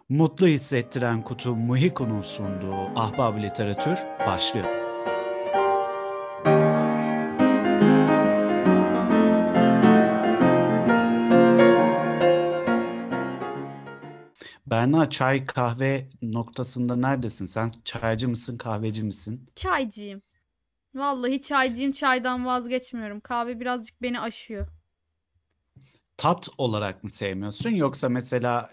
Mutlu hissettiren kutu Muhiko'nun sunduğu Ahbap Literatür başlıyor. Berna, çay kahve noktasında neredesin? Sen çaycı mısın, kahveci misin? Çaycıyım. Vallahi çaycıyım. Çaydan vazgeçmiyorum. Kahve birazcık beni aşıyor. Tat olarak mı sevmiyorsun yoksa mesela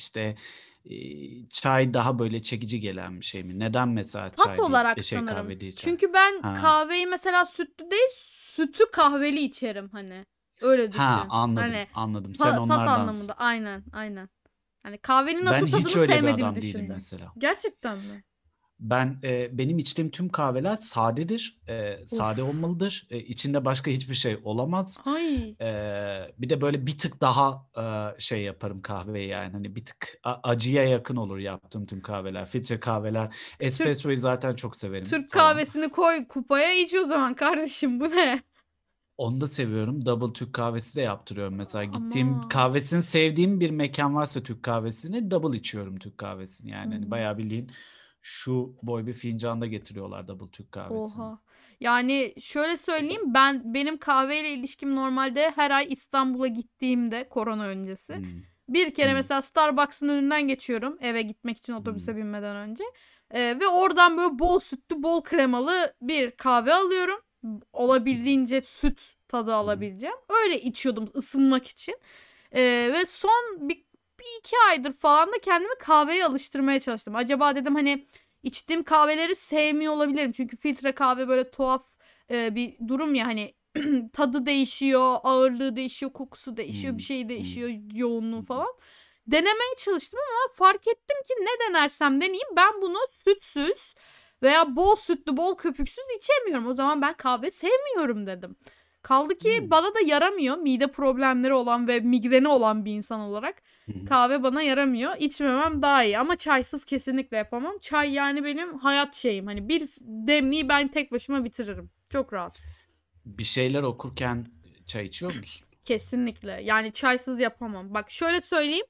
çay daha böyle çekici gelen bir şey mi? Neden mesela Tat çay değil, olarak sanırım. kahve değil çay? Çünkü ben Ha. kahveyi mesela sütlü değil, sütü kahveli içerim hani. Öyle Ha, düşün. anladım, Hani anladım. Sen tat onlardansın. anlamında. Aynen, aynen. Hani kahvenin Ben nasıl hiç tadını öyle bir sevmediğimi adam değilim düşündüm. mesela. Gerçekten mi? Benim içtiğim tüm kahveler sadedir. Sade Of. olmalıdır. İçinde başka hiçbir şey olamaz. Ay. Bir de böyle bir tık daha şey yaparım kahveyi yani. Hani bir tık acıya yakın olur yaptığım tüm kahveler. Filtre kahveler. Türk Espressoyu zaten çok severim Türk falan. kahvesini koy kupaya iç o zaman kardeşim, bu ne? Onu da seviyorum. Double Türk kahvesi de yaptırıyorum. Mesela gittiğim Ama. kahvesini sevdiğim bir mekan varsa Türk kahvesini double içiyorum Türk kahvesini. Yani hani Hmm. bayağı bildiğin şu boy bir fincanda getiriyorlar double Türk kahvesini. Oha. Yani şöyle söyleyeyim, benim kahveyle ilişkim normalde her ay İstanbul'a gittiğimde korona öncesi. Hmm. Bir kere Hmm. mesela Starbucks'ın önünden geçiyorum eve gitmek için Hmm. otobüse binmeden önce. Ve oradan böyle bol sütlü bol kremalı bir kahve alıyorum. Olabildiğince süt tadı Hmm. alabileceğim. Öyle içiyordum ısınmak için. Ve son bir iki aydır falan da kendimi kahveye alıştırmaya çalıştım. Acaba dedim hani içtiğim kahveleri sevmiyor olabilirim. Çünkü filtre kahve böyle tuhaf bir durum ya, hani tadı değişiyor, ağırlığı değişiyor, kokusu değişiyor, bir Hmm. şey Hmm. değişiyor, yoğunluğu Hmm. falan. Denemeye çalıştım ama fark ettim ki ne denersem deneyeyim ben bunu sütsüz veya bol sütlü, bol köpüksüz içemiyorum. O zaman ben kahve sevmiyorum dedim. Kaldı ki Hmm. bana da yaramıyor. Mide problemleri olan ve migreni olan bir insan olarak Hmm. kahve bana yaramıyor. İçmemem daha iyi ama çaysız kesinlikle yapamam. Çay yani benim hayat şeyim. Hani bir demliği ben tek başıma bitiririm. Çok rahat. Bir şeyler okurken çay içiyor musun? Kesinlikle. Yani çaysız yapamam. Bak şöyle söyleyeyim.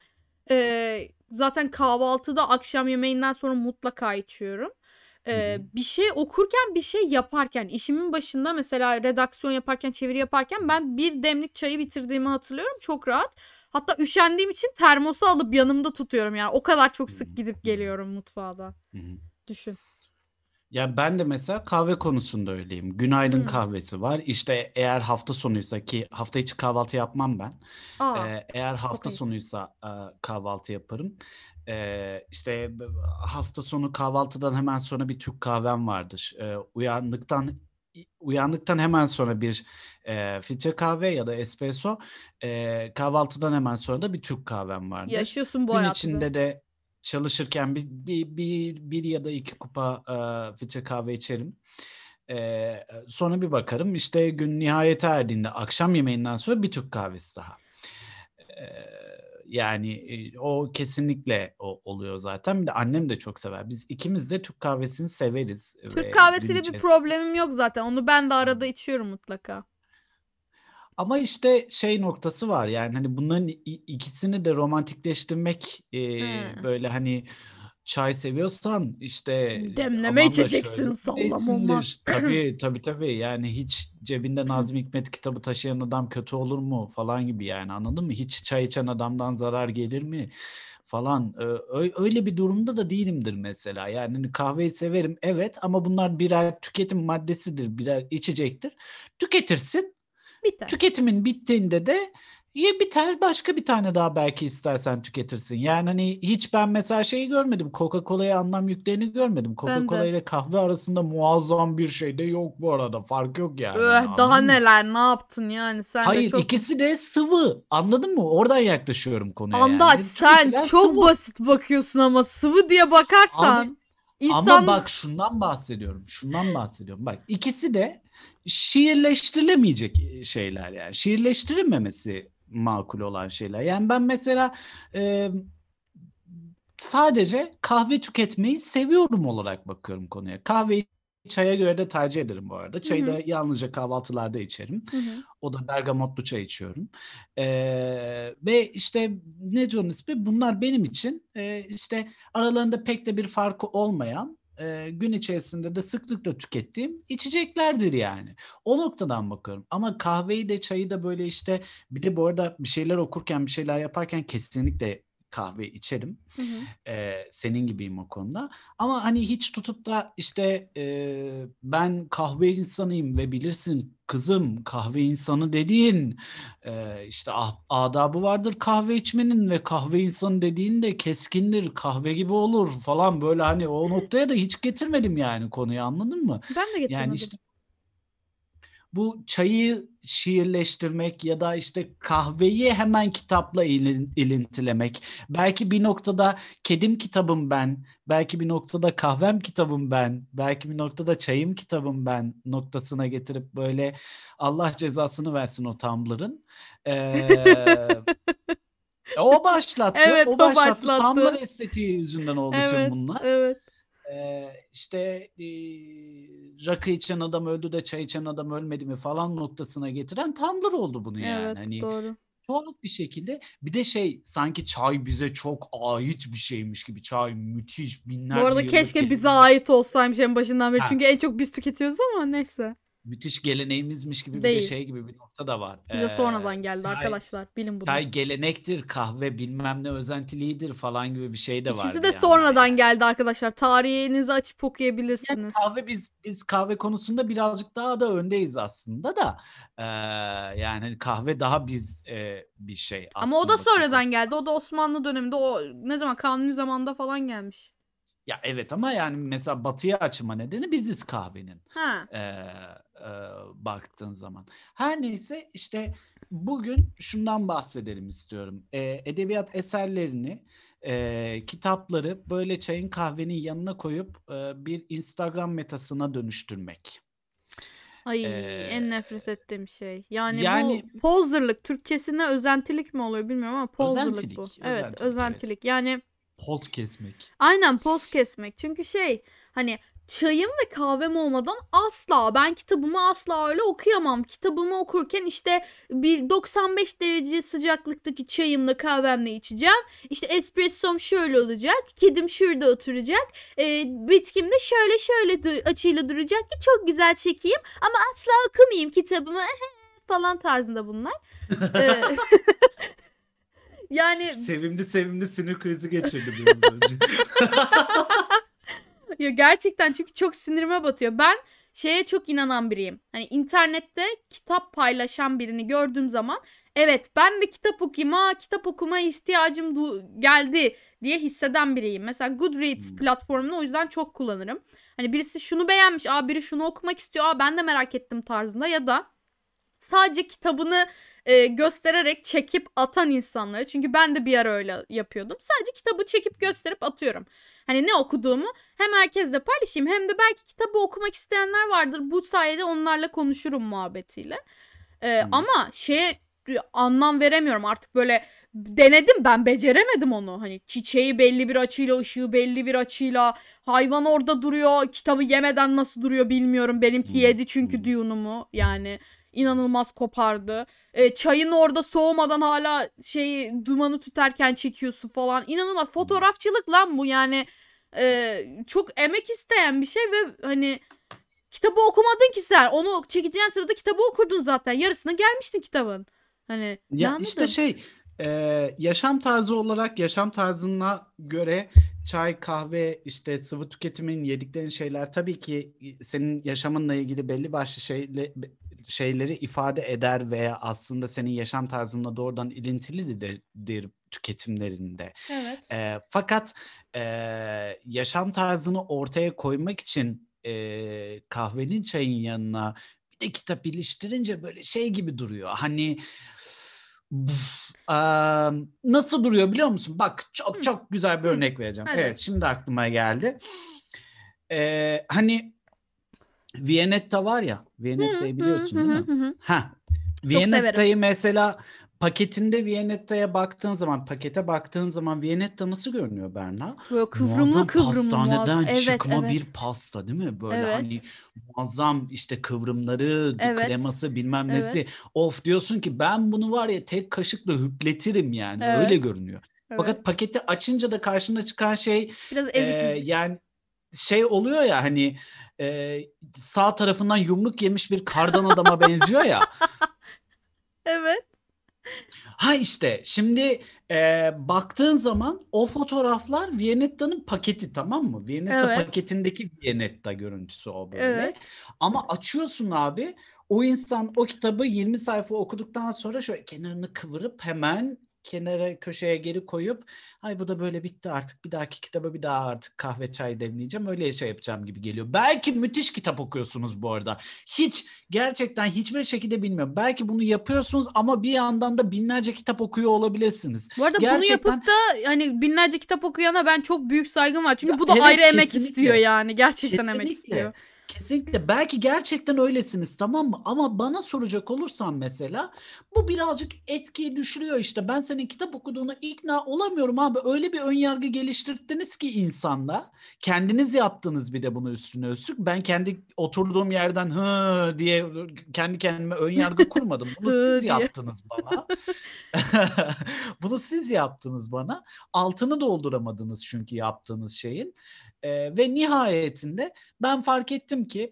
Zaten kahvaltıda akşam yemeğinden sonra mutlaka içiyorum. Hı hı. Bir şey okurken, bir şey yaparken, işimin başında mesela redaksiyon yaparken, çeviri yaparken ben bir demlik çayı bitirdiğimi hatırlıyorum. Çok rahat. Hatta üşendiğim için termosu alıp yanımda tutuyorum yani. O kadar çok Hı sık gidip hı. geliyorum mutfağa da. Hı hı. Düşün. Ya ben de mesela kahve konusunda öyleyim. Günaydın Hmm. kahvesi var. İşte eğer hafta sonuysa ki hafta içi kahvaltı yapmam ben. Aa, Eğer çok hafta ayıp. sonuysa kahvaltı yaparım. Hafta sonu kahvaltıdan hemen sonra bir Türk kahvem vardır. Uyandıktan hemen sonra bir filtre kahve ya da espresso. Kahvaltıdan hemen sonra da bir Türk kahvem vardır. Yaşıyorsun bu Gün hayatı be. içinde de çalışırken bir ya da iki kupa filtre kahve içerim. Sonra bir bakarım işte gün nihayete erdiğinde akşam yemeğinden sonra bir Türk kahvesi daha. Ee, o kesinlikle oluyor zaten. Bir de annem de çok sever. Biz ikimiz de Türk kahvesini severiz Türk ve gün kahvesiyle bir içerisinde. problemim yok zaten. Onu ben de arada içiyorum mutlaka. Ama işte şey noktası var yani hani bunların ikisini de romantikleştirmek He. böyle hani çay seviyorsan işte Demleme aman da şöyle içeceksin, sallam olmaz. değilsindir. Tabii tabii tabii yani hiç cebinde Nazım Hikmet kitabı taşıyan adam kötü olur mu falan gibi yani anladın mı? Hiç çay içen adamdan zarar gelir mi falan. Öyle bir durumda da değilimdir mesela. Yani hani kahveyi severim evet ama bunlar birer tüketim maddesidir, birer içecektir. Tüketirsin. Biter. Tüketimin bittiğinde de ye biter başka bir tane daha belki istersen tüketirsin. Yani hani hiç ben mesela şeyi görmedim. Coca-Cola'ya anlam yüklerini görmedim. Ben Coca-Cola de. ile kahve arasında muazzam bir şey de yok bu arada. Fark yok yani hani Daha anladın mı? neler, ne yaptın yani, sen de Hayır çok ikisi de sıvı. Anladın mı? Oradan yaklaşıyorum konuya andaç, yani. sen Tüketilen çok sıvı. basit bakıyorsun ama sıvı diye Abi bakarsan ama insan bak şundan bahsediyorum. Şundan bahsediyorum. Bak ikisi de şiirleştirilemeyecek şeyler yani. Şiirleştirilmemesi makul olan şeyler. Yani ben mesela e, sadece kahve tüketmeyi seviyorum olarak bakıyorum konuya. Kahve çaya göre de tercih ederim bu arada. Hı Çayı hı. da yalnızca kahvaltılarda içerim. Hı hı. O da bergamotlu çay içiyorum. Ve işte ne onun ismi? Bunlar benim için işte aralarında pek de bir farkı olmayan, gün içerisinde de sıklıkla tükettiğim içeceklerdir yani. O noktadan bakıyorum. Ama kahveyi de çayı da böyle işte, bir de bu arada bir şeyler okurken bir şeyler yaparken kesinlikle kahve içerim. Hı hı. Senin gibiyim o konuda. Ama hani hiç tutup da işte ben kahve insanıyım ve bilirsin kızım, kahve insanı dediğin işte adabı vardır kahve içmenin ve kahve insanı dediğin de keskindir, kahve gibi olur falan, böyle hani o noktaya da hiç getirmedim yani konuyu, anladın mı? Ben de Yani getirmedim. işte bu çayı şiirleştirmek ya da işte kahveyi hemen kitapla ilintilemek. Belki bir noktada kedim kitabım ben, belki bir noktada kahvem kitabım ben, belki bir noktada çayım kitabım ben noktasına getirip böyle, Allah cezasını versin o Tumblr'ın. Ee, O başlattı, Evet, o o başlattı. Tumblr başlattı. estetiği yüzünden oldu tüm Evet, bunlar. evet, İşte rakı içen adam öldü de çay içen adam ölmedi mi falan noktasına getiren Tumblr oldu bunu yani. evet, Hani doğru. tuhaf bir şekilde, bir de şey, sanki çay bize çok ait bir şeymiş gibi. Çay müthiş, Bu binlerce arada yıllık keşke bize geleneğimiz. ait olsaymış en başından beri. Ha, Çünkü en çok biz tüketiyoruz ama neyse. müthiş geleneğimizmiş gibi bir de Değil. şey gibi bir nokta da var. Bize sonradan geldi Çay, arkadaşlar. Bilin bunu. çay gelenektir, kahve bilmem ne özentiliğidir falan gibi bir şey de İkisi var bir de yandan sonradan yani. geldi arkadaşlar. Tarihinizi açıp Yani okuyabilirsiniz. kahve, biz kahve konusunda birazcık daha da öndeyiz aslında da. Eee, Yani hani kahve daha biz bir şey Ama o da aslına bakacak sonradan olursak. geldi. O da Osmanlı döneminde. O ne zaman? Kanuni zamanda falan gelmiş. Ya evet, ama yani mesela batıya açma nedeni biziz kahvenin. Ha. Eee, Baktığın zaman. Her neyse, işte bugün şundan bahsedelim istiyorum. Edebiyat eserlerini, kitapları böyle çayın kahvenin yanına koyup bir Instagram metasına dönüştürmek. Ay, en Eee nefret ettiğim şey. Yani bu Yani poserlık, Türkçesine özentilik mi oluyor bilmiyorum ama poserlık bu. özentilik, Evet, özentilik, evet. özentilik. Yani Poz kesmek. aynen poz kesmek. Çünkü şey, hani çayım ve kahvem olmadan asla, ben kitabımı asla öyle okuyamam. Kitabımı okurken işte bir 95 derece sıcaklıktaki çayımla kahvemle içeceğim. İşte espressom şöyle olacak. Kedim şurada oturacak. Bitkim de şöyle şöyle açıyla duracak ki çok güzel çekeyim. Ama asla okumayayım kitabımı falan tarzında bunlar. Ee, yani Sevimli sevimli sinir krizi geçirdi biraz önce. ya gerçekten, çünkü çok sinirime batıyor. Ben şeye çok inanan biriyim. Hani internette kitap paylaşan birini gördüğüm zaman evet, ben de kitap okuyayım, kitap okumaya ihtiyacım geldi diye hisseden biriyim. Mesela Goodreads Hmm. platformunu o yüzden çok kullanırım. Hani birisi şunu beğenmiş, biri şunu okumak istiyor, ben de merak ettim tarzında, ya da sadece kitabını göstererek çekip atan insanları. Çünkü ben de bir ara öyle yapıyordum. Sadece kitabı çekip gösterip atıyorum. Hani ne okuduğumu hem herkesle paylaşayım, hem de belki kitabı okumak isteyenler vardır. Bu sayede onlarla konuşurum muhabbetiyle. Hmm. Ama şeye anlam veremiyorum artık, böyle denedim, ben beceremedim onu. Hani çiçeği belli bir açıyla, ışığı belli bir açıyla, hayvan orada duruyor, kitabı yemeden nasıl duruyor bilmiyorum. Benimki Hmm. yedi çünkü Hmm. Dune'umu, yani inanılmaz kopardı. Çayın orada soğumadan hala dumanı tüterken çekiyorsun falan. İnanılmaz Hmm. fotoğrafçılık lan bu yani. Çok emek isteyen bir şey ve hani kitabı okumadın ki sen. Onu çekeceğin sırada kitabı okurdun zaten. Yarısına gelmiştin kitabın. Hani ne Ya işte anladım? şey, yaşam tarzı olarak, yaşam tarzına göre çay, kahve, işte sıvı tüketimin, yediklerin şeyler tabii ki senin yaşamınla ilgili belli başlı şeyleri ifade eder veya aslında senin yaşam tarzınla doğrudan ilintilidir tüketimlerinde. Evet. Fakat yaşam tarzını ortaya koymak için kahvenin çayın yanına bir de kitap iliştirince böyle şey gibi duruyor. Hani nasıl duruyor biliyor musun? Bak, çok Hı, çok güzel bir hı. örnek vereceğim. Hadi. Evet, şimdi aklıma geldi. Hani Viyanetta var ya, Hı Viyanetta'yı hı hı biliyorsun değil hı mi? hı. Ha, Çok severim. Viyanetta'yı mesela paketinde Viyanetta'ya baktığın zaman, pakete baktığın zaman Viyanetta nasıl görünüyor Berna? Böyle kıvrımlı Muazzam kıvrımlı pastaneden Evet, çıkma bir evet. pasta değil mi? Böyle Evet. hani muazzam işte kıvrımları, Evet. kreması bilmem nesi. Evet. Of diyorsun ki ben bunu var ya tek kaşıkla hüpletirim yani. Öyle Evet. görünüyor. Evet. Fakat paketi açınca da karşına çıkan şey Biraz e, ezik büzük. yani şey oluyor ya hani e, sağ tarafından yumruk yemiş bir kardan adama benziyor ya. Evet. Ha işte şimdi baktığın zaman o fotoğraflar Viyanetta'nın paketi, tamam mı? Viyanetta Evet. paketindeki Viyanetta görüntüsü o böyle. Evet. Ama açıyorsun abi, o insan o kitabı 20 sayfa okuduktan sonra şöyle kenarını kıvırıp hemen kenara köşeye geri koyup ay bu da böyle bitti artık, bir dahaki kitaba bir daha artık kahve çay demleyeceğim, öyle şey yapacağım gibi geliyor. Belki müthiş kitap okuyorsunuz bu arada. Gerçekten hiçbir şekilde bilmiyorum. Belki bunu yapıyorsunuz ama bir yandan da binlerce kitap okuyor olabilirsiniz. Bu arada bunu Gerçekten yapıp da hani binlerce kitap okuyana ben çok büyük saygım var. Çünkü ya bu da ayrı evet, emek istiyor kesinlikle. yani. Gerçekten emek istiyor. Kesinlikle. Kesinlikle. Belki gerçekten öylesiniz, tamam mı? Ama bana soracak olursan mesela bu birazcık etkiyi düşürüyor işte. Ben senin kitap okuduğuna ikna olamıyorum abi. Öyle bir önyargı geliştirdiniz ki insanda. Kendiniz yaptınız bir de bunu üstüne üstlük. Ben kendi oturduğum yerden hı diye kendi kendime önyargı kurmadım. Bunu Hı siz diye. yaptınız bana. Bunu siz yaptınız bana. Altını dolduramadınız çünkü yaptığınız şeyin. Ve nihayetinde ben fark ettim ki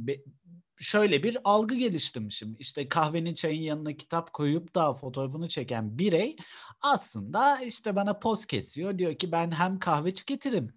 şöyle bir algı geliştirmişim. İşte kahvenin çayın yanına kitap koyup da fotoğrafını çeken birey aslında işte bana poz kesiyor. Diyor ki ben hem kahve tüketirim.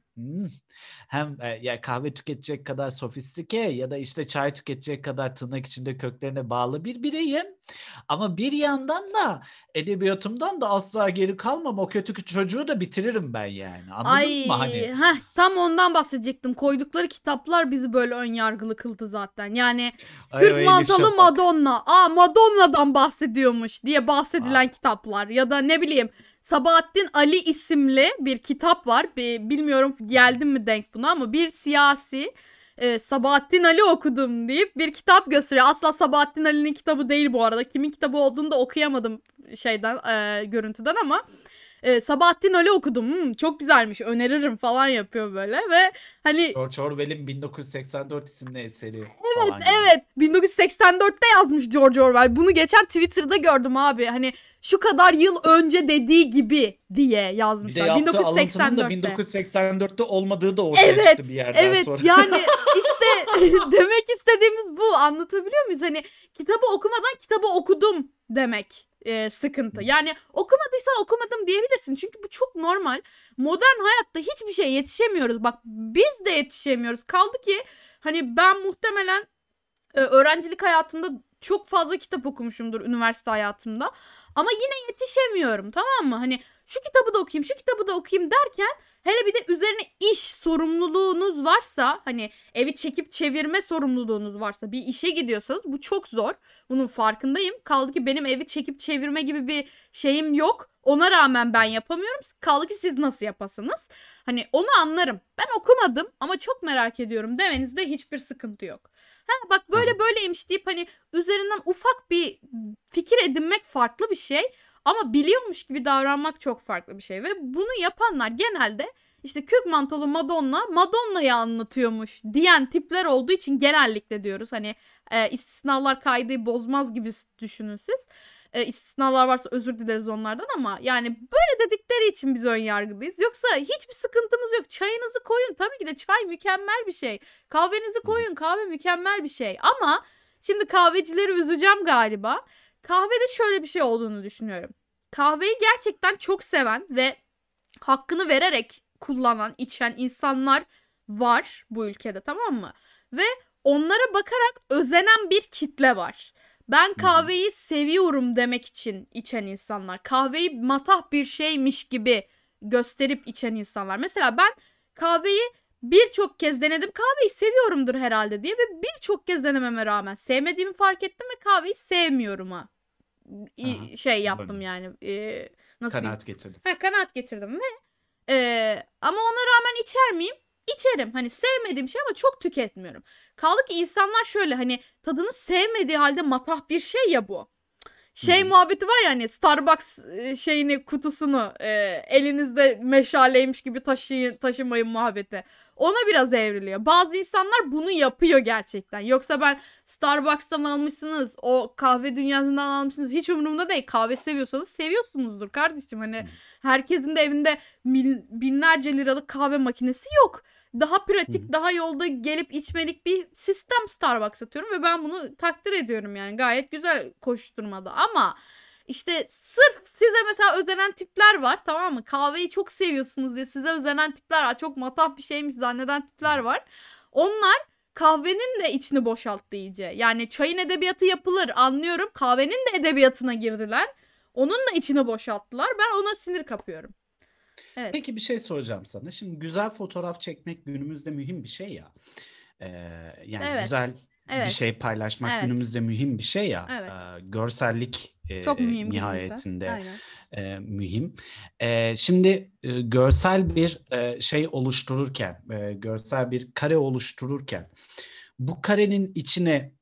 Hem ya kahve tüketecek kadar sofistike ya da işte çay tüketecek kadar tırnak içinde köklerine bağlı bir bireyim. Ama bir yandan da edebiyatımdan da asla geri kalmam. O kötü çocuğu da bitiririm ben yani. Anladın mı Ay, hani? tam ondan bahsedecektim. Koydukları kitaplar bizi böyle ön yargılı kıldı zaten. Yani Ay o Kürk Elif Mantolu Şafak. Madonna. Madonna'dan bahsediyormuş diye bahsedilen Aa, kitaplar. Ya da ne bileyim Sabahattin Ali isimli bir kitap var. Bilmiyorum geldim mi denk buna ama bir siyasi Sabahattin Ali okudum deyip bir kitap gösteriyor. Asla Sabahattin Ali'nin kitabı değil bu arada. Kimin kitabı olduğunu da okuyamadım şeyden görüntüden ama Sabahattin Ali okudum. Çok güzelmiş. Öneririm falan yapıyor böyle ve hani George Orwell'in 1984 isimli eseri evet, falan gibi. evet, 1984'te yazmış George Orwell. Bunu geçen Twitter'da gördüm abi. Hani şu kadar yıl önce dediği gibi diye Bir de yazmışlar. yaptığı alıntının da 1984'te. 1984'te olmadığı da ortaya çıktı Evet, bir yerden evet. sonra. Yani işte demek istediğimiz bu. Anlatabiliyor muyuz? Hani kitabı okumadan kitabı okudum demek sıkıntı. Yani okumadıysan okumadım diyebilirsin. Çünkü bu çok normal. Modern hayatta hiçbir şeye yetişemiyoruz. Bak biz de yetişemiyoruz. Kaldı ki hani ben muhtemelen öğrencilik hayatımda çok fazla kitap okumuşumdur üniversite hayatımda. Ama yine yetişemiyorum, tamam mı? Hani şu kitabı da okuyayım, şu kitabı da okuyayım derken hele bir de üzerine iş sorumluluğunuz varsa, hani evi çekip çevirme sorumluluğunuz varsa, bir işe gidiyorsanız bu çok zor. Bunun farkındayım. Kaldı ki benim evi çekip çevirme gibi bir şeyim yok. Ona rağmen ben yapamıyorum. Kaldı ki siz nasıl yapasınız? Hani onu anlarım. Ben okumadım ama çok merak ediyorum demenizde hiçbir sıkıntı yok. Ha bak Aha. böyle böyleymiş deyip hani üzerinden ufak bir fikir edinmek farklı bir şey. Ama biliyormuş gibi davranmak çok farklı bir şey. Ve bunu yapanlar genelde işte kürk mantolu Madonna, Madonna'yı anlatıyormuş diyen tipler olduğu için genellikle diyoruz. Hani istisnalar kaideyi bozmaz gibi düşünün siz. İstisnalar varsa özür dileriz onlardan ama yani böyle dedikleri için biz ön yargılıyız. Yoksa hiçbir sıkıntımız yok. Çayınızı koyun. Tabii ki de çay mükemmel bir şey. Kahvenizi koyun. Kahve mükemmel bir şey. Ama şimdi kahvecileri üzeceğim galiba. Kahvede şöyle bir şey olduğunu düşünüyorum. Kahveyi gerçekten çok seven ve hakkını vererek kullanan, içen insanlar var bu ülkede, tamam mı? Ve onlara bakarak özenen bir kitle var. Ben Hı hı. kahveyi seviyorum demek için içen insanlar. Kahveyi matah bir şeymiş gibi gösterip içen insanlar. Mesela ben kahveyi birçok kez denedim. Kahveyi seviyorumdur herhalde diye ve birçok kez denememe rağmen sevmediğimi fark ettim ve kahveyi sevmiyorum ha. Aha. Şey yaptım Anladım. yani. Nasıl diyeyim? Kanaat getirdim. Kanaat getirdim ve ama ona rağmen içer miyim? İçerim. Hani sevmediğim şey ama çok tüketmiyorum. Kaldı ki insanlar şöyle hani tadını sevmediği halde matah bir şey ya bu. Hı Şey hı. muhabbeti var ya hani Starbucks şeyini kutusunu elinizde meşaleymiş gibi taşımayın muhabbeti. Ona biraz evriliyor. Bazı insanlar bunu yapıyor gerçekten. Yoksa ben Starbucks'tan almışsınız, o kahve dünyasından almışsınız hiç umurumda değil. Kahve seviyorsanız seviyorsunuzdur kardeşim. Hani Hı. herkesin de evinde binlerce liralık kahve makinesi yok. Daha Hı hı. pratik, daha yolda gelip içmelik bir sistem Starbucks atıyorum ve ben bunu takdir ediyorum yani. Gayet güzel koşturmada ama işte sırf size mesela özenen tipler var, tamam mı? Kahveyi çok seviyorsunuz diye size özenen tipler var. Çok matah bir şeymiş zanneden tipler var. Onlar kahvenin de içini boşalttı iyice. Yani çayın edebiyatı yapılır, anlıyorum. Kahvenin de edebiyatına girdiler. Onun da içini boşalttılar. Ben ona sinir kapıyorum. Evet. Peki bir şey soracağım sana. Şimdi güzel fotoğraf çekmek günümüzde mühim bir şey ya. Ee, Yani güzel Evet. bir Evet. şey paylaşmak Evet. günümüzde mühim bir şey ya. Evet. Görsellik Çok mühim günümüzde. nihayetinde Aynen. mühim. Şimdi görsel bir şey oluştururken, görsel bir kare oluştururken bu karenin içine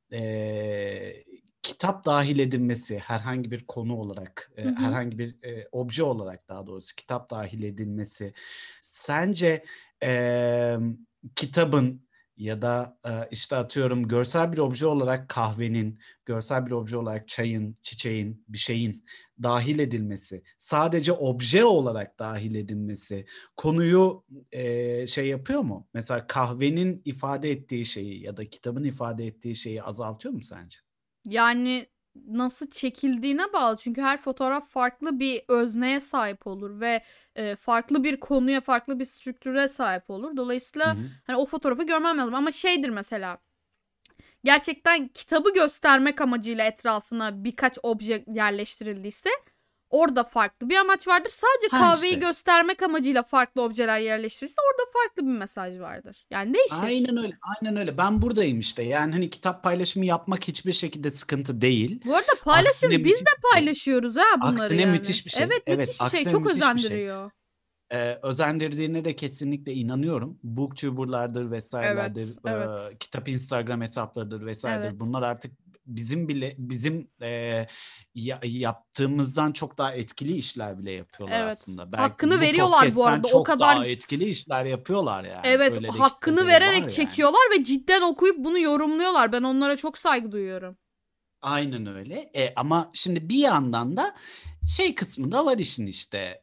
kitap dahil edilmesi herhangi bir konu olarak, Hı hı. herhangi bir obje olarak daha doğrusu kitap dahil edilmesi sence e, kitabın ya da işte atıyorum görsel bir obje olarak kahvenin, görsel bir obje olarak çayın, çiçeğin, bir şeyin dahil edilmesi, sadece obje olarak dahil edilmesi konuyu şey yapıyor mu? Mesela kahvenin ifade ettiği şeyi ya da kitabın ifade ettiği şeyi azaltıyor mu sence? Yani nasıl çekildiğine bağlı. Çünkü her fotoğraf farklı bir özneye sahip olur ve farklı bir konuya, farklı bir strüktüre sahip olur. Hı Dolayısıyla hı. hani o fotoğrafı görmem lazım. Ama şeydir mesela. Gerçekten kitabı göstermek amacıyla etrafına birkaç obje yerleştirildiyse orada farklı bir amaç vardır. Sadece Ha kahveyi işte. göstermek amacıyla farklı objeler yerleştirilirse orada farklı bir mesaj vardır. Yani değişir. Aynen öyle. Aynen öyle. Ben buradayım işte. Yani hani kitap paylaşımı yapmak hiçbir şekilde sıkıntı değil. Bu arada Aksine paylaşım biz müthiş de bir şey. paylaşıyoruz ha bunları Aksine yani. müthiş bir şey. Evet Evet, müthiş bir şey. aksine Çok müthiş bir şey. özendiriyor. Özendirdiğine de kesinlikle inanıyorum. Booktuber'lardır vesairelerdir, Evet, evet, kitap Instagram hesaplarıdır vesairedir. evet. Bunlar artık bizim yaptığımızdan çok daha etkili işler bile yapıyorlar Evet. aslında. Hakkını Belki bu veriyorlar bu podcast'ten arada. O çok kadar daha etkili işler yapıyorlar yani. evet Öyle de hakkını kitleleri var vererek yani. çekiyorlar ve cidden okuyup bunu yorumluyorlar. Ben onlara çok saygı duyuyorum. Aynen öyle. Ama şimdi bir yandan da şey kısmı da var işin işte.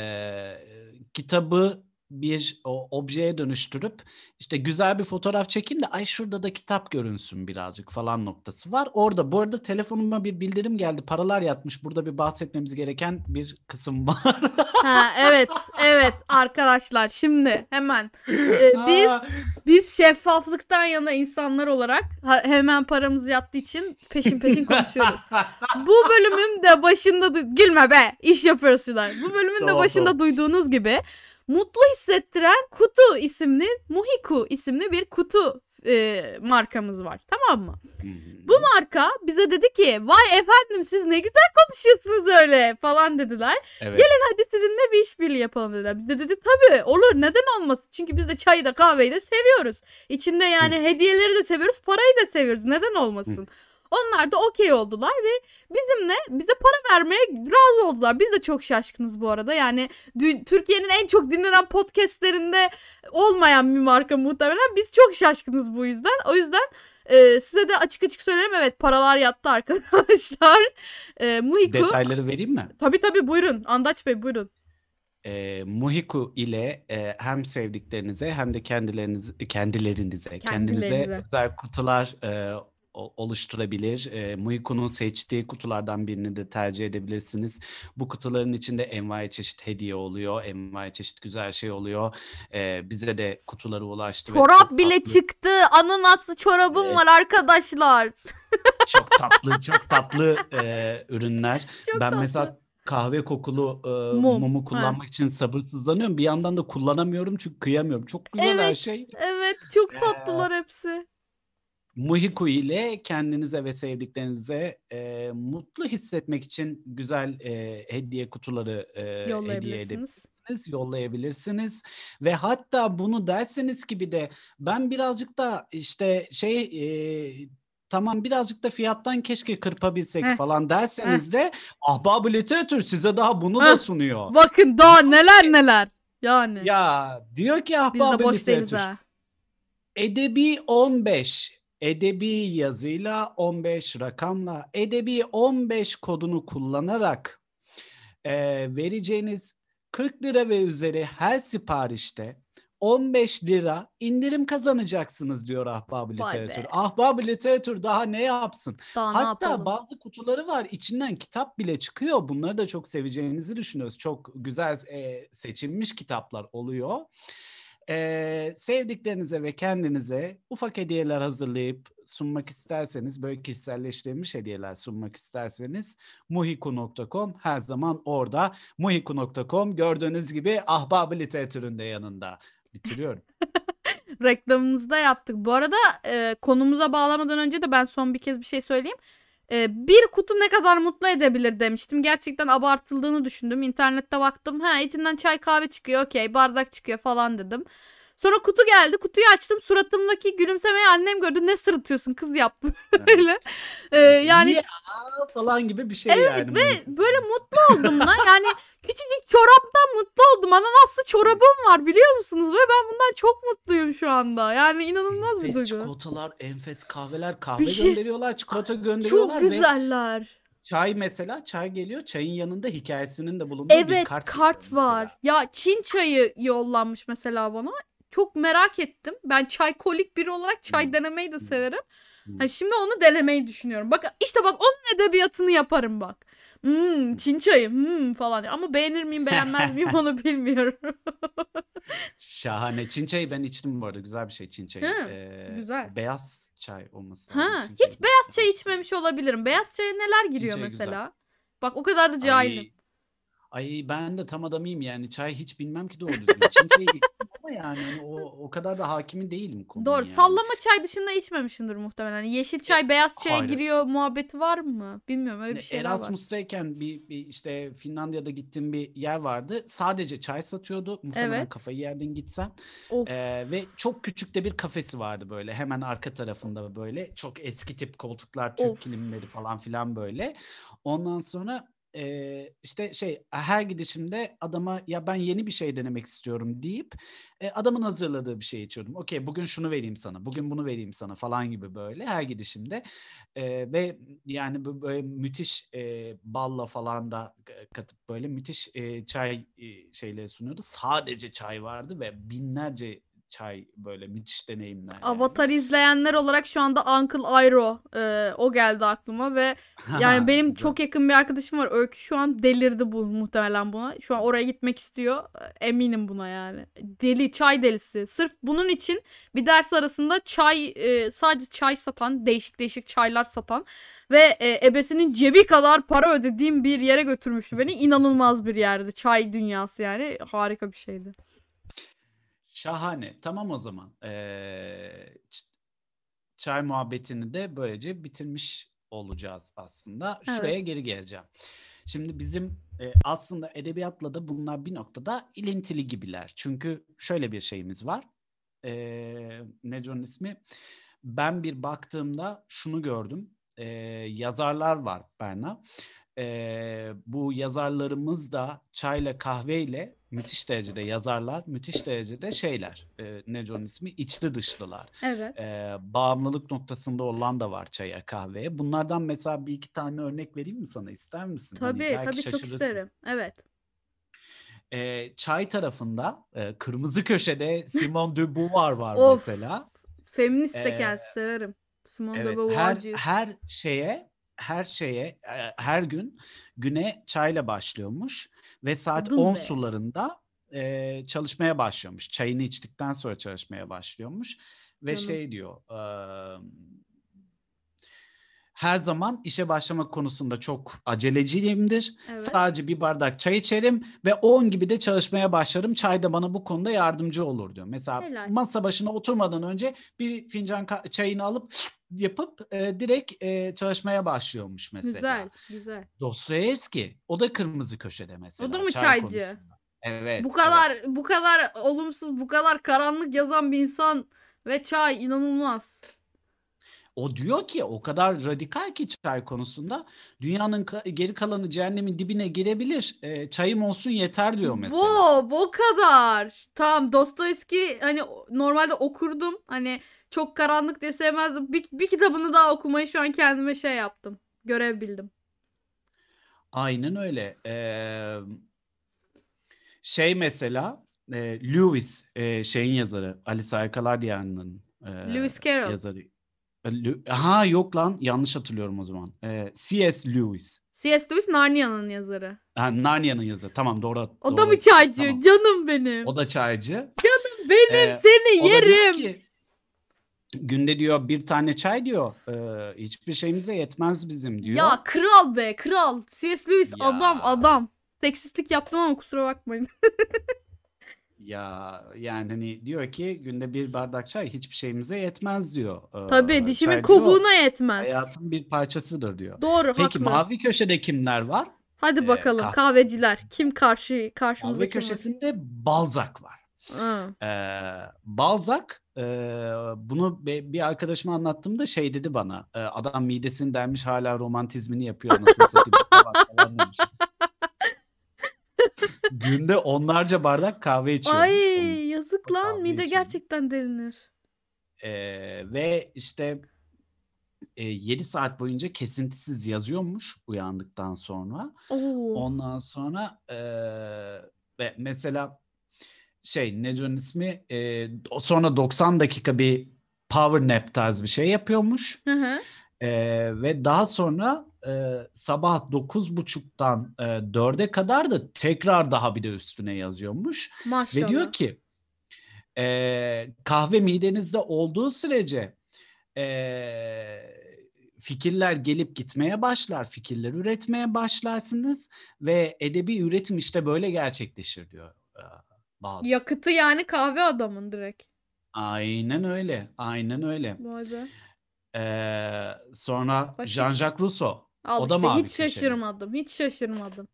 Kitabı bir objeye dönüştürüp işte güzel bir fotoğraf çekeyim de ay şurada da kitap görünsün birazcık falan noktası var. Orada bu arada telefonuma bir bildirim geldi. Paralar yatmış. Burada bir bahsetmemiz gereken bir kısım var. Ha evet evet arkadaşlar şimdi hemen Aa. biz şeffaflıktan yana insanlar olarak hemen paramız yattığı için peşin peşin konuşuyoruz. Bu bölümün de başında gülme be iş yapıyoruz şunlar. Bu bölümün de Tamam başında tamam. duyduğunuz gibi mutlu hissettiren kutu isimli Muhiku isimli bir kutu markamız var, tamam mı? Hı Bu hı. marka bize dedi ki vay efendim siz ne güzel konuşuyorsunuz öyle falan dediler. Evet. Hadi sizinle bir işbirliği yapalım dediler. Biz de dedik tabii olur neden olmasın. Çünkü biz de çayı da kahveyi de seviyoruz. İçinde Hı yani hediyeleri de seviyoruz, parayı da seviyoruz. Neden hı. olmasın? Onlar da okey oldular ve bize para vermeye razı oldular. Biz de çok şaşkınız bu arada. Yani Türkiye'nin en çok dinlenen podcastlerinde olmayan bir marka muhtemelen. Biz çok şaşkınız bu yüzden. O yüzden size de açık açık söylerim. Evet paralar yattı arkadaşlar. Muhiku. Detayları vereyim mi? Tabii buyurun. Andaç Bey buyurun. Muhiku ile hem sevdiklerinize hem de kendinize Kendilerinize. özel kutular oluşturabilir. Muhiku'nun seçtiği kutulardan birini de tercih edebilirsiniz. Bu kutuların içinde envai çeşit hediye oluyor, envai çeşit güzel şey oluyor. Bize de kutuları ulaştı ve Çorap çok bile tatlı, çıktı. Ananaslı çorabım var arkadaşlar. çok tatlı ürünler. Çok Ben tatlı. mesela kahve kokulu Mum. mumu Ha. kullanmak için sabırsızlanıyorum. Bir yandan da kullanamıyorum çünkü kıyamıyorum. Çok güzel her Evet. şey. Evet. Çok Ee, tatlılar hepsi. Muhiku ile kendinize ve sevdiklerinize mutlu hissetmek için güzel hediye kutuları hediye Yollayabilirsiniz. edebilirsiniz, yollayabilirsiniz. Ve hatta bunu derseniz ki bir de ben birazcık da işte tamam birazcık da fiyattan keşke kırpabilsek Heh, falan heh, derseniz de Ahbap Literatür size daha bunu da heh. sunuyor. Bakın daha neler neler. Yani Ya diyor ki biz de Ahbap boş değiliz Literatür ha. Edebi 15 edebi yazıyla 15 rakamla edebi 15 kodunu kullanarak vereceğiniz 40 lira ve üzeri her siparişte 15 lira indirim kazanacaksınız diyor Ahbap Vay be. Literatür. Ahbap Literatür daha ne yapsın? Daha ne Hatta yapalım? bazı kutuları var içinden kitap bile çıkıyor. Bunları da çok seveceğinizi düşünüyoruz. Çok güzel seçilmiş kitaplar oluyor. Sevdiklerinize ve kendinize ufak hediyeler hazırlayıp sunmak isterseniz, böyle kişiselleştirilmiş hediyeler sunmak isterseniz muhiku.com her zaman orada. Muhiku.com gördüğünüz gibi Ahbap Literatür'ün de yanında. Bitiriyorum. Reklamımızı da yaptık. Bu arada konumuza bağlamadan önce de ben son bir kez bir şey söyleyeyim. Bir kutu ne kadar mutlu edebilir demiştim. Gerçekten abartıldığını düşündüm. İnternette baktım. Ha, içinden çay kahve çıkıyor. Okey, bardak çıkıyor falan dedim. Sonra kutu geldi. Kutuyu açtım. Suratımdaki gülümsemeyi annem gördü. Ne sırıtıyorsun kız yaptı Evet. böyle. Yani Ya falan gibi bir şey yani. ve Muhiku. böyle mutlu oldum lan. Yani küçücük çoraptan mutlu oldum. Ananaslı çorabım var biliyor musunuz? Ve ben bundan çok mutluyum şu anda. Yani inanılmaz bir Enfes duygu. çikolatalar, enfes kahveler, Bir kahve şey gönderiyorlar, çikolata çok gönderiyorlar ve güzeller. çay mesela, çay geliyor. Çayın yanında hikayesinin de bulunduğu bir Evet, kart geliyor kart var. mesela. Ya Çin çayı yollanmış mesela bana. Çok merak ettim. Ben çaykolik biri olarak çay Hmm, denemeyi de hmm, severim. hmm, Hani şimdi onu denemeyi düşünüyorum. Bak işte bak onun edebiyatını yaparım bak. hmm. Çin çayı falan. Ama beğenir miyim beğenmez miyim onu bilmiyorum. Şahane. Çin çayı ben içtim bu arada. Güzel bir şey Çin çayı. Hı, güzel. Beyaz çay olması lazım. Ha, Çin çayı hiç değil. beyaz çay Yanlış içmemiş olabilirim. Beyaz çaya neler Çin giriyor çayı güzel. mesela? Bak o kadar da cahilim. Ay, ay ben de tam adamıyım yani. Çay hiç bilmem ki doğru düzgün. Çin çayı içtim ama yani hani o kadar da hakimi değilim konunun Doğru. yani. Sallama çay dışında içmemişsindir muhtemelen. Hani yeşil çay beyaz çaya Hayır. giriyor muhabbeti var mı? Bilmiyorum öyle bir şeyler var. Erasmus'tayken bir işte Finlandiya'da gittiğim bir yer vardı. Sadece çay satıyordu. Muhtemelen Evet. kafayı yerdin gitsen. Of. Ve çok küçük de bir kafesi vardı böyle. Hemen arka tarafında böyle. Çok eski tip koltuklar, Türk Of. kilimleri falan filan böyle. Ondan sonra işte her gidişimde adama ya ben yeni bir şey denemek istiyorum deyip adamın hazırladığı bir şey içiyordum. Okey bugün şunu vereyim sana, bugün bunu vereyim sana falan gibi böyle her gidişimde. Ve yani böyle müthiş balla falan da katıp böyle müthiş çay şeyleri sunuyordu. Sadece çay vardı ve binlerce çay böyle müthiş deneyimler yani. Avatar izleyenler olarak şu anda Uncle Iroh o geldi aklıma ve yani benim Güzel. çok yakın bir arkadaşım var. Öykü şu an delirdi bu muhtemelen buna. Şu an oraya gitmek istiyor. Eminim buna yani. Deli, çay delisi. Sırf bunun için bir ders arasında çay sadece çay satan, değişik değişik çaylar satan ve ebesinin cebi kadar para ödediğim bir yere götürmüştü beni. İnanılmaz bir yerdi. Çay dünyası yani. Harika bir şeydi. Şahane. Tamam o zaman. Çay muhabbetini de böylece bitirmiş olacağız aslında. Evet. Şuraya geri geleceğim. Şimdi bizim aslında edebiyatla da bunlar bir noktada ilintili gibiler. Çünkü şöyle bir şeyimiz var. Nedir onun ismi? Ben bir baktığımda şunu gördüm. Yazarlar var Berna. Bu yazarlarımız da çayla kahveyle müthiş derecede yazarlar, müthiş derecede şeyler. Nedir onun ismi? İçli dışlılar. Evet. Bağımlılık noktasında olan da var çaya, kahveye. Bunlardan mesela bir iki tane örnek vereyim mi sana? İster misin? Hani Tabii belki tabii çok şaşırırsın. isterim. Evet. Çay tarafında kırmızı köşede Simone de Beauvoir var Of. mesela. Feminist de Ee, kendisi severim. Simone de evet her Beauvoir'cıyız. her şeye her şeye her gün güne çayla başlıyormuş ve saat Kadın 10 be. sularında çalışmaya başlıyormuş. Çayını içtikten sonra çalışmaya başlıyormuş ve Canım. şey diyor her zaman işe başlama konusunda çok aceleciyimdir. Evet. Sadece bir bardak çay içerim ve 10 gibi de çalışmaya başlarım. Çay da bana bu konuda yardımcı olur diyor. Mesela Helal. masa başına oturmadan önce bir fincan çayını alıp yapıp direkt çalışmaya başlıyormuş Güzel. mesela. Güzel. Dostoyevski o da kırmızı köşede O da mesela mı çay çaycı? konusunda. Bu Evet, evet. kadar olumsuz, bu kadar karanlık yazan bir insan ve çay inanılmaz. O diyor ki o kadar radikal ki çay konusunda dünyanın geri kalanı cehennemin dibine girebilir. Çayım olsun yeter diyor mesela. Wow, o kadar. Tamam, Dostoyevski hani normalde okurdum. Hani çok karanlık diye sevmezdim. Bir kitabını daha okumayı şu an kendime şey yaptım. Görev bildim. Aynen öyle. Şey mesela Lewis şeyin yazarı Alice Harikalar Diyarı'nın Lewis Carroll. yazarı. Ha yok lan yanlış hatırlıyorum o zaman. C.S. Lewis. C.S. Lewis Narnia'nın yazarı. Ha, Narnia'nın yazarı. Tamam doğru O da mı doğru. çaycı? Tamam. Canım benim. O da çaycı. Benim seni O da diyor yerim. ki günde diyor bir tane çay diyor hiçbir şeyimize yetmez bizim diyor. Ya kral be, kral. C.S. Lewis Ya. adam. Seksistlik yaptım ama kusura bakmayın. Ya yani hani diyor ki günde bir bardak çay hiçbir şeyimize yetmez diyor. Tabii dişimin Çay diyor kovuğuna yetmez. hayatın bir parçasıdır diyor. Doğru, Peki haklı. mavi köşede kimler var? Hadi bakalım kahveciler. Kim karşımızda Mavi kim var? köşesinde Balzac var. Hı. Balzac bunu bir arkadaşıma anlattığımda şey dedi bana. Adam midesini delmiş hala romantizmini yapıyor anasını satayım. Günde onlarca bardak kahve içiyormuş. Ay yazık lan, kahve mide içiyormuş. gerçekten delinir. Ve işte 7 saat boyunca kesintisiz yazıyormuş uyandıktan sonra. Oo. Ondan sonra ve mesela şey Neco'nun ismi sonra 90 dakika bir power nap tarzı bir şey yapıyormuş. Hı hı. Ve daha sonra sabah 9.30'dan 4'e kadar da tekrar daha bir de üstüne yazıyormuş. Maşallah. Ve diyor ki kahve midenizde olduğu sürece fikirler gelip gitmeye başlar, fikirler üretmeye başlarsınız ve edebi üretim işte böyle gerçekleşir diyor bazı. Yakıtı yani kahve adamın direkt. Aynen öyle, aynen öyle. Vay be. Sonra Başka Jean-Jacques Rousseau, Al o da işte mavi hiç köşeli. şaşırmadım. Hiç şaşırmadım.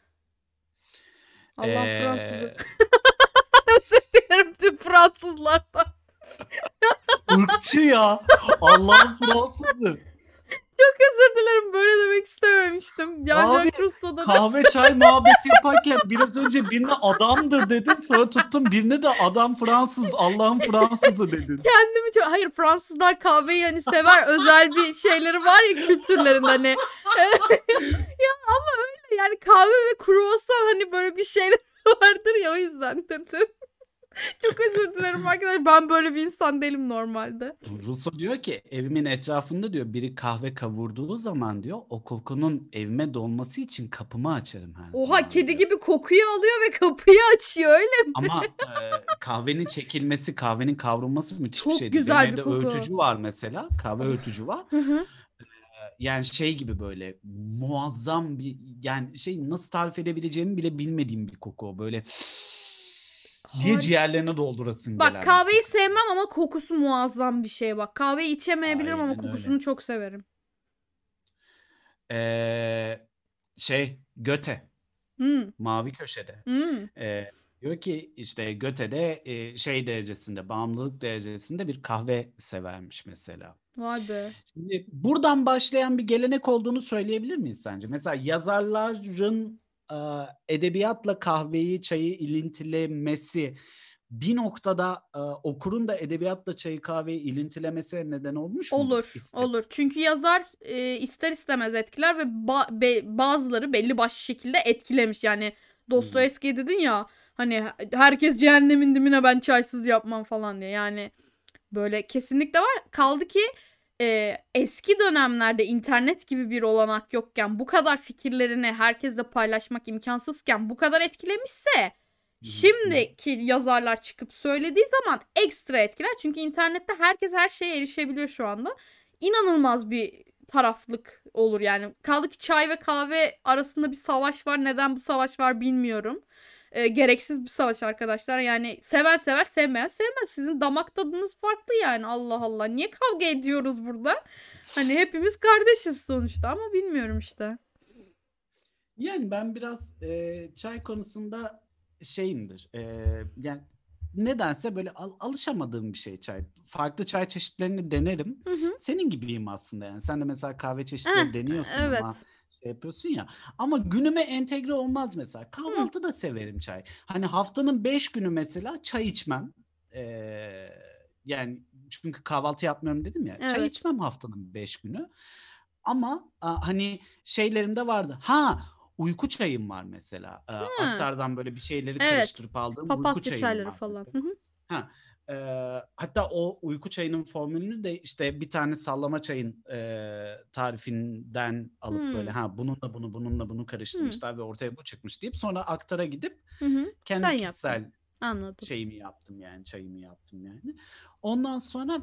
Allah Fransızı. Özür dilerim tüm Fransızlardan. Irkçı ya, Allah'ın Fransızı. Çok özür dilerim, böyle demek istememiştim. Abi, Jean-Jacques Rousseau'da Kahve çay muhabbeti yaparken biraz önce birine adamdır dedin, sonra tuttum birine de adam Fransız, Allah'ın Fransızı dedin. kendimi çok... Hayır, Fransızlar kahveyi hani sever, özel bir şeyleri var ya kültürlerinde hani. Ya ama öyle yani, kahve ve kruvasan hani böyle bir şeyler vardır ya, o yüzden dedim. Çok özür dilerim arkadaşlar, ben böyle bir insan değilim normalde. Rousseau diyor ki evimin etrafında diyor biri kahve kavurduğu zaman diyor o kokunun evime dolması için kapımı açarım her zaman. Oha, kedi diyor. gibi kokuyu alıyor ve kapıyı açıyor, öyle mi? Ama kahvenin çekilmesi, kahvenin kavrulması müthiş Çok bir şeydi. güzel Benim bir evde koku. öğütücü var mesela. Kahve öğütücü var. Hı hı. Yani şey gibi böyle muazzam bir yani şey nasıl tarif edebileceğimi bile bilmediğim bir koku o. Böyle diye ciğerlerine doldurasın gelen Bak bir kahveyi koku. sevmem ama kokusu muazzam bir şey bak. Kahveyi içemeyebilirim ama Aynen kokusunu öyle. çok severim. Göte. Hmm. Mavi köşede. Hmm. Diyor ki işte Göte'de şey derecesinde, bağımlılık derecesinde bir kahve severmiş mesela. Vay be. Şimdi buradan başlayan bir gelenek olduğunu söyleyebilir miyiz sence? Mesela yazarların edebiyatla kahveyi, çayı ilintilemesi bir noktada okurun da edebiyatla çayı kahveyi ilintilemesine neden olmuş mu? Olur, olur. Çünkü yazar ister istemez etkiler ve bazıları belli başlı şekilde etkilemiş. Yani Dostoyevski dedin ya, hani herkes cehennemin dibine ben çaysız yapmam falan diye. Yani böyle kesinlikle var. Kaldı ki eski dönemlerde internet gibi bir olanak yokken, bu kadar fikirlerini herkesle paylaşmak imkansızken bu kadar etkilemişse, şimdiki yazarlar çıkıp söylediği zaman ekstra etkiler. Çünkü internette herkes her şeye erişebiliyor şu anda. İnanılmaz bir taraflık olur yani. Kaldı ki çay ve kahve arasında bir savaş var. Neden bu savaş var bilmiyorum. Gereksiz bir savaş arkadaşlar. Yani seven sever, sevmeyen sevmez. Sizin damak tadınız farklı yani. Allah Allah. Niye kavga ediyoruz burada? Hani hepimiz kardeşiz sonuçta ama bilmiyorum işte. Yani ben biraz çay konusunda şeyimdir. Yani nedense böyle alışamadığım bir şey çay. Farklı çay çeşitlerini denerim. Hı hı. Senin gibiyim aslında yani. Sen de mesela kahve Eh, çeşitleri deniyorsun ama evet. şey yapıyorsun ya. Ama günüme entegre olmaz mesela. Hı. Kahvaltıda severim çay. Hani haftanın 5 günü mesela çay içmem. Ee, Yani çünkü kahvaltı yapmıyorum dedim ya. Çay Evet. içmem haftanın 5 günü. Ama hani şeylerim de vardı. Ha, uyku çayım var mesela. Hı. Aktardan böyle bir şeyleri Evet. karıştırıp aldığım uyku Papatya çayım çayları var falan. Hı mesela. hı. Ha, hatta o uyku çayının formülünü de işte bir tane sallama çayın tarifinden alıp böyle Hı. bununla bunu Hı. karıştırmışlar ve ortaya bu çıkmış deyip sonra aktara gidip Hı hı. Sen kendi yaptın. kişisel Anladım. şeyimi yaptım yani çayımı yaptım yani. Ondan sonra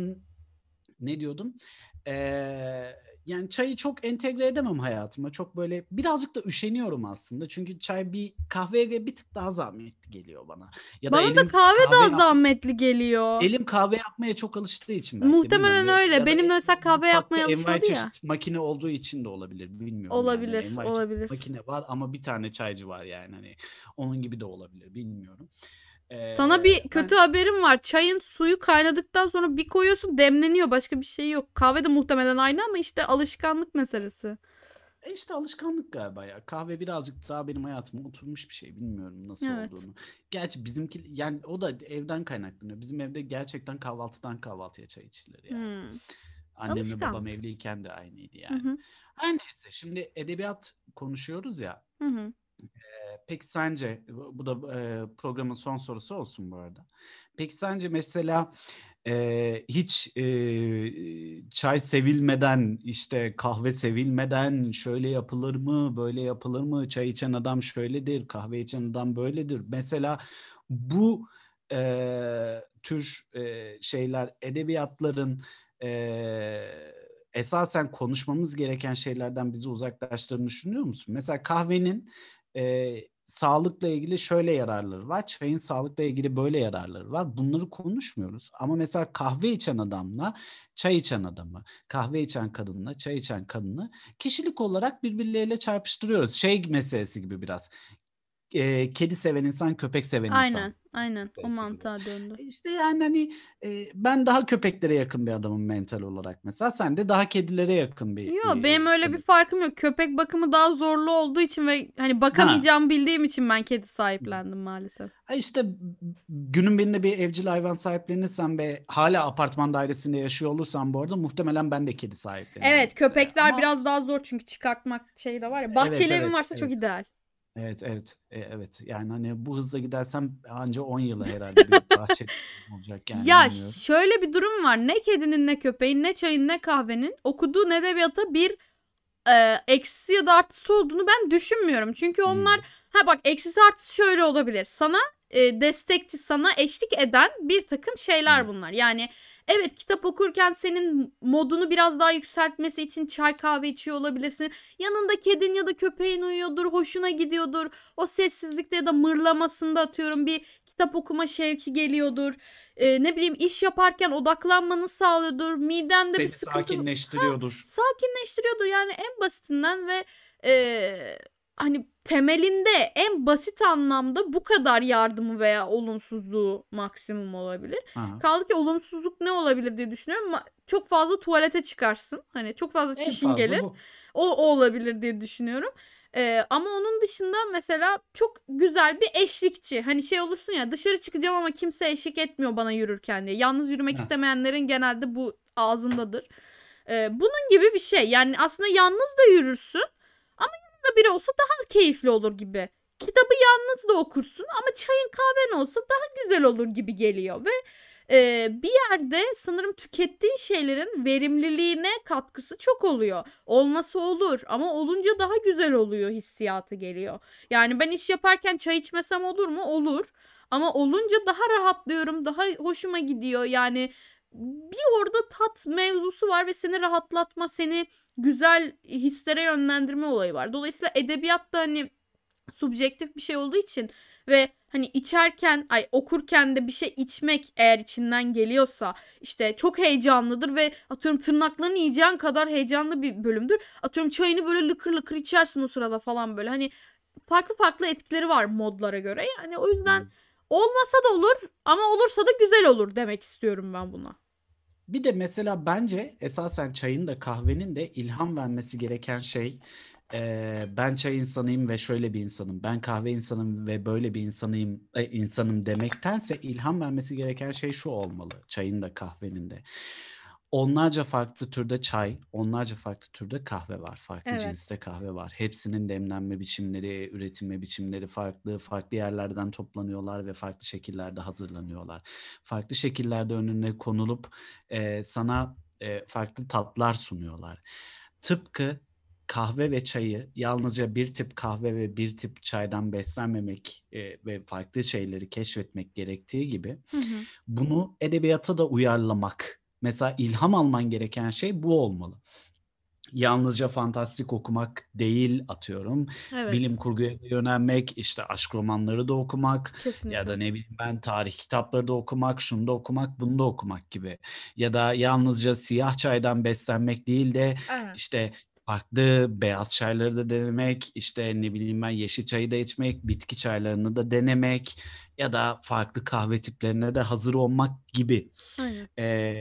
ne diyordum? Ee, Yani çayı çok entegre edemem hayatıma. Çok böyle birazcık da üşeniyorum aslında. Çünkü çay bir kahveye göre bir tık daha zahmetli geliyor bana. Ya da Bana da kahve daha zahmetli geliyor. elim kahve yapmaya çok alıştığı için belki de bilmiyorum. Muhtemelen öyle. Ya da Benim de mesela kahve mutfakta yapmaya envai alışmadı ya. çeşit makine olduğu için de olabilir. Bilmiyorum yani. Hani Olabilir, envai çeşit olabilir. makine var ama bir tane çaycı var yani. Hani onun gibi de olabilir. Bilmiyorum. Sana bir kötü Ben haberim var. Çayın suyu kaynadıktan sonra bir koyuyorsun, demleniyor. Başka bir şey yok. Kahve de muhtemelen aynı ama işte alışkanlık meselesi. işte alışkanlık galiba ya. Kahve birazcık daha benim hayatıma oturmuş bir şey. Bilmiyorum nasıl Evet. olduğunu. Gerçi bizimki yani o da evden kaynaklanıyor. Bizim evde gerçekten kahvaltıdan kahvaltıya çay içilir yani. Hmm. Annemle babam Alışkanlık. evliyken de aynıydı Hı yani. hı. Her neyse şimdi edebiyat konuşuyoruz ya. Hı hı. Peki sence bu da programın son sorusu olsun bu arada. Peki sence mesela hiç çay sevilmeden işte kahve sevilmeden şöyle yapılır mı böyle yapılır mı çay içen adam şöyledir kahve içen adam böyledir. Mesela bu tür şeyler edebiyatların esasen konuşmamız gereken şeylerden bizi uzaklaştırdığını düşünüyor musun? Mesela kahvenin sağlıkla ilgili şöyle yararları var. Çayın sağlıkla ilgili böyle yararları var. Bunları konuşmuyoruz. Ama mesela kahve içen adamla çay içen adamı, kahve içen kadınla çay içen kadını kişilik olarak birbirleriyle çarpıştırıyoruz. Şey meselesi gibi biraz. Kedi seven insan, köpek seven insan Aynen. Aynen. O meselesi gibi. mantığa döndü. İşte yani hani ben daha köpeklere yakın bir adamım mental olarak mesela. Sen de daha kedilere yakın bir Yo, benim öyle bir kadın. farkım yok. Köpek bakımı daha zorlu olduğu için ve hani Ha, bakamayacağımı bildiğim için ben kedi sahiplendim maalesef. işte günün birinde bir evcil hayvan sahiplenirsen ve hala apartman dairesinde yaşıyor olursan bu arada muhtemelen ben de kedi sahiplenirim. Evet, köpekler Ama biraz daha zor çünkü çıkartmak şey de var ya. evet Bahçeli evin evet varsa çok evet. ideal. Evet evet evet. Yani hani bu hızla gidersem anca 10 yıla herhalde bir bahçe olacak yani Ya bilmiyorum. şöyle bir durum var. Ne kedinin ne köpeğin ne çayın ne kahvenin okuduğun edebiyata bir eksisi ya da artısı olduğunu ben düşünmüyorum. Çünkü onlar Hmm. ha bak eksisi artısı şöyle olabilir. Sana destekçi sana eşlik eden bir takım şeyler Hmm. bunlar. Yani evet kitap okurken senin modunu biraz daha yükseltmesi için çay kahve içiyor olabilirsin. Yanında kedin ya da köpeğin uyuyordur, hoşuna gidiyordur. O sessizlikte ya da mırlamasında atıyorum bir kitap okuma şevki geliyordur. Ne bileyim iş yaparken odaklanmanı sağlıyordur. Midende bir Seni sıkıntı sakinleştiriyordur. sakinleştiriyordur yani en basitinden ve hani temelinde en basit anlamda bu kadar yardımı veya olumsuzluğu maksimum olabilir. Ha. Kaldı ki olumsuzluk ne olabilir diye düşünüyorum. Çok fazla tuvalete çıkarsın. Hani çok fazla En çişin fazla gelir. bu. O olabilir diye düşünüyorum. Ama onun dışında mesela çok güzel bir eşlikçi. Hani şey olursun ya dışarı çıkacağım ama kimse eşlik etmiyor bana yürürken diye. Yalnız yürümek Ha. istemeyenlerin genelde bu ağzındadır. Bunun gibi bir şey. Yani aslında yalnız da yürürsün ama yanında biri olsa daha keyifli olur gibi. Kitabı yalnız da okursun ama çayın kahven olsa daha güzel olur gibi geliyor ve bir yerde sanırım tükettiğin şeylerin verimliliğine katkısı çok oluyor. Olması olur ama olunca daha güzel oluyor hissiyatı geliyor. Yani ben iş yaparken çay içmesem olur mu? Olur. Ama olunca daha rahatlıyorum, daha hoşuma gidiyor. Yani bir orada tat mevzusu var ve seni rahatlatma, seni güzel hislere yönlendirme olayı var. Dolayısıyla edebiyat da hani subjektif bir şey olduğu için ve hani içerken okurken de bir şey içmek eğer içinden geliyorsa işte çok heyecanlıdır ve atıyorum tırnaklarını yiyeceğin kadar heyecanlı bir bölümdür. Atıyorum çayını böyle lıkır lıkır içersin o sırada falan böyle hani farklı farklı etkileri var modlara göre. Yani o yüzden Hmm. olmasa da olur ama olursa da güzel olur demek istiyorum ben buna. Bir de mesela bence esasen çayın da kahvenin de ilham vermesi gereken şey, ben çay insanıyım ve şöyle bir insanım, ben kahve insanım ve böyle bir insanım demektense ilham vermesi gereken şey şu olmalı çayın da kahvenin de. Onlarca farklı türde çay, onlarca farklı türde kahve var. Farklı Evet. cinste kahve var. Hepsinin demlenme biçimleri, üretilme biçimleri farklı. Farklı yerlerden toplanıyorlar ve farklı şekillerde hazırlanıyorlar. Farklı şekillerde önüne konulup sana farklı tatlar sunuyorlar. Tıpkı kahve ve çayı yalnızca bir tip kahve ve bir tip çaydan beslenmemek ve farklı şeyleri keşfetmek gerektiği gibi Hı hı. bunu edebiyata da uyarlamak. Mesela ilham alman gereken şey bu olmalı. Yalnızca fantastik okumak değil, atıyorum. Bilim Evet. kurguya yönelmek, işte aşk romanları da okumak ya Kesinlikle. da ne bileyim ben tarih kitapları da okumak, şunu da okumak, bunu da okumak gibi. Ya da yalnızca siyah çaydan beslenmek değil de Aynen. işte farklı beyaz çayları da denemek, işte ne bileyim ben yeşil çayı da içmek, bitki çaylarını da denemek ya da farklı kahve tiplerine de hazır olmak gibi. Aynen.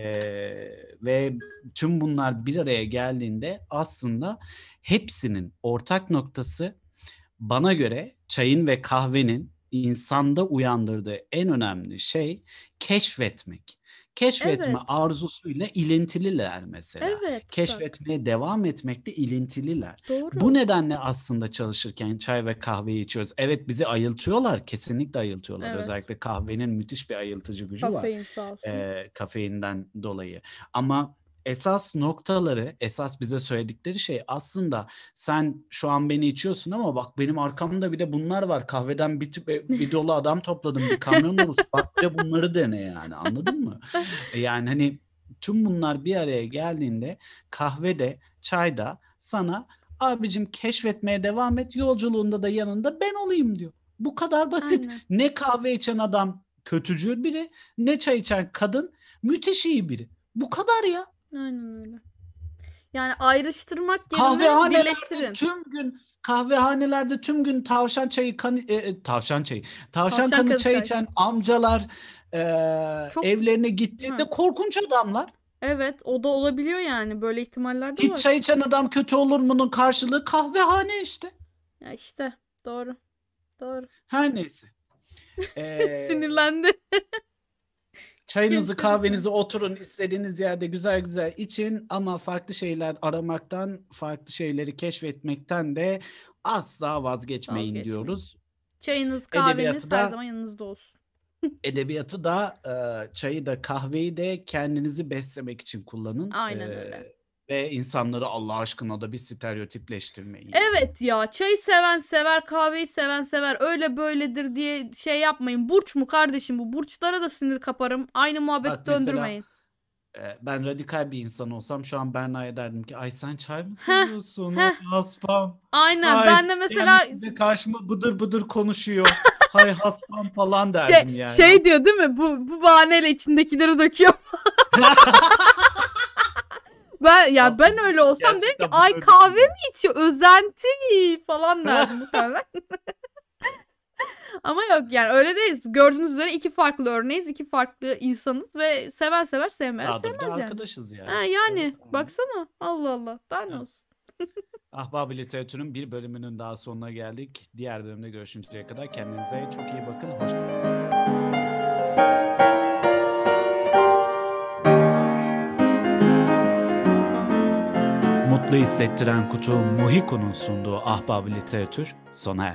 Ve tüm bunlar bir araya geldiğinde aslında hepsinin ortak noktası bana göre çayın ve kahvenin insanda uyandırdığı en önemli şey keşfetmek. Keşfetme Evet. arzusuyla ilintililer mesela. Evet bak. Keşfetmeye devam etmekle ilintililer. Bu Doğru. nedenle aslında çalışırken çay ve kahveyi içiyoruz. Evet bizi ayıltıyorlar, kesinlikle ayıltıyorlar. Evet. Özellikle kahvenin müthiş bir ayıltıcı gücü var Kafein sağ olsun. kafeinden dolayı. Ama esas noktaları, esas bize söyledikleri şey aslında sen şu an beni içiyorsun ama bak benim arkamda bir de bunlar var. Kahveden bir dolu adam topladım, bir kamyon dolusu. Bak bir de bunları dene yani, anladın mı? Yani hani tüm bunlar bir araya geldiğinde kahvede, çayda sana abicim keşfetmeye devam et, yolculuğunda da yanında ben olayım diyor. Bu kadar basit. Aynen. Ne kahve içen adam kötücül biri, ne çay içen kadın müthiş iyi biri. Bu kadar ya. Aynen öyle. Yani ayrıştırmak yerine Kahvehanelerde birleştirin. tüm gün tavşan Tavşan kanı kanı çay çay. içen amcalar Çok evlerine değil gittiğinde mi? korkunç adamlar. Evet, o da olabiliyor yani. Böyle ihtimaller de Hiç var. çay içen adam kötü olur mu'nun karşılığı kahvehane işte. Ya işte doğru. Doğru. Her neyse. Ee, Sinirlendi. Küçük Çayınızı, enişte çok var. kahvenizi oturun istediğiniz yerde güzel güzel için ama farklı şeyler aramaktan, farklı şeyleri keşfetmekten de asla vazgeçmeyin Vazgeçmeyin. diyoruz. Çayınız, kahveniz Edebiyatı her da zaman yanınızda olsun. edebiyatı da çayı da kahveyi de kendinizi beslemek için kullanın. Aynen öyle. Ve insanları Allah aşkına da bir stereotipleştirmeyin yani. Evet ya, çayı seven sever, kahveyi seven sever. Öyle böyledir diye şey yapmayın. Burç mu kardeşim bu? Burçlara da sinir kaparım. Aynı muhabbeti Bak mesela döndürmeyin. ben radikal bir insan olsam şu an Berna'ya derdim ki ay sen çay mı Heh, seviyorsun? Ay heh. haspam. Aynen. Ay Ben de mesela gelmiş bir de karşıma bıdır bıdır konuşuyor. Hay haspam falan derdim şey, yani. şey diyor değil mi? Bu bahaneyle içindekileri döküyor. Ben öyle olsam derim ki Gerçekten ay bunu kahve düşünüyorum. mi içiyor? Özenti falan derdim muhtemelen. Ama yok yani öyle değiliz. Gördüğünüz üzere iki farklı örneğiz. İki farklı insanız ve seven sever sevmeyen Daha da bir de sevmez yani. arkadaşız Ha, yani. Evet. yani baksana. Allah Allah. Daha ne olsun. Ahbap Literatür'ün bir bölümünün daha sonuna geldik. Diğer bölümde görüşünceye kadar kendinize çok iyi bakın. Mutlu hissettiren kutu Muhiko'nun sunduğu Ahbap Literatür sona erdi.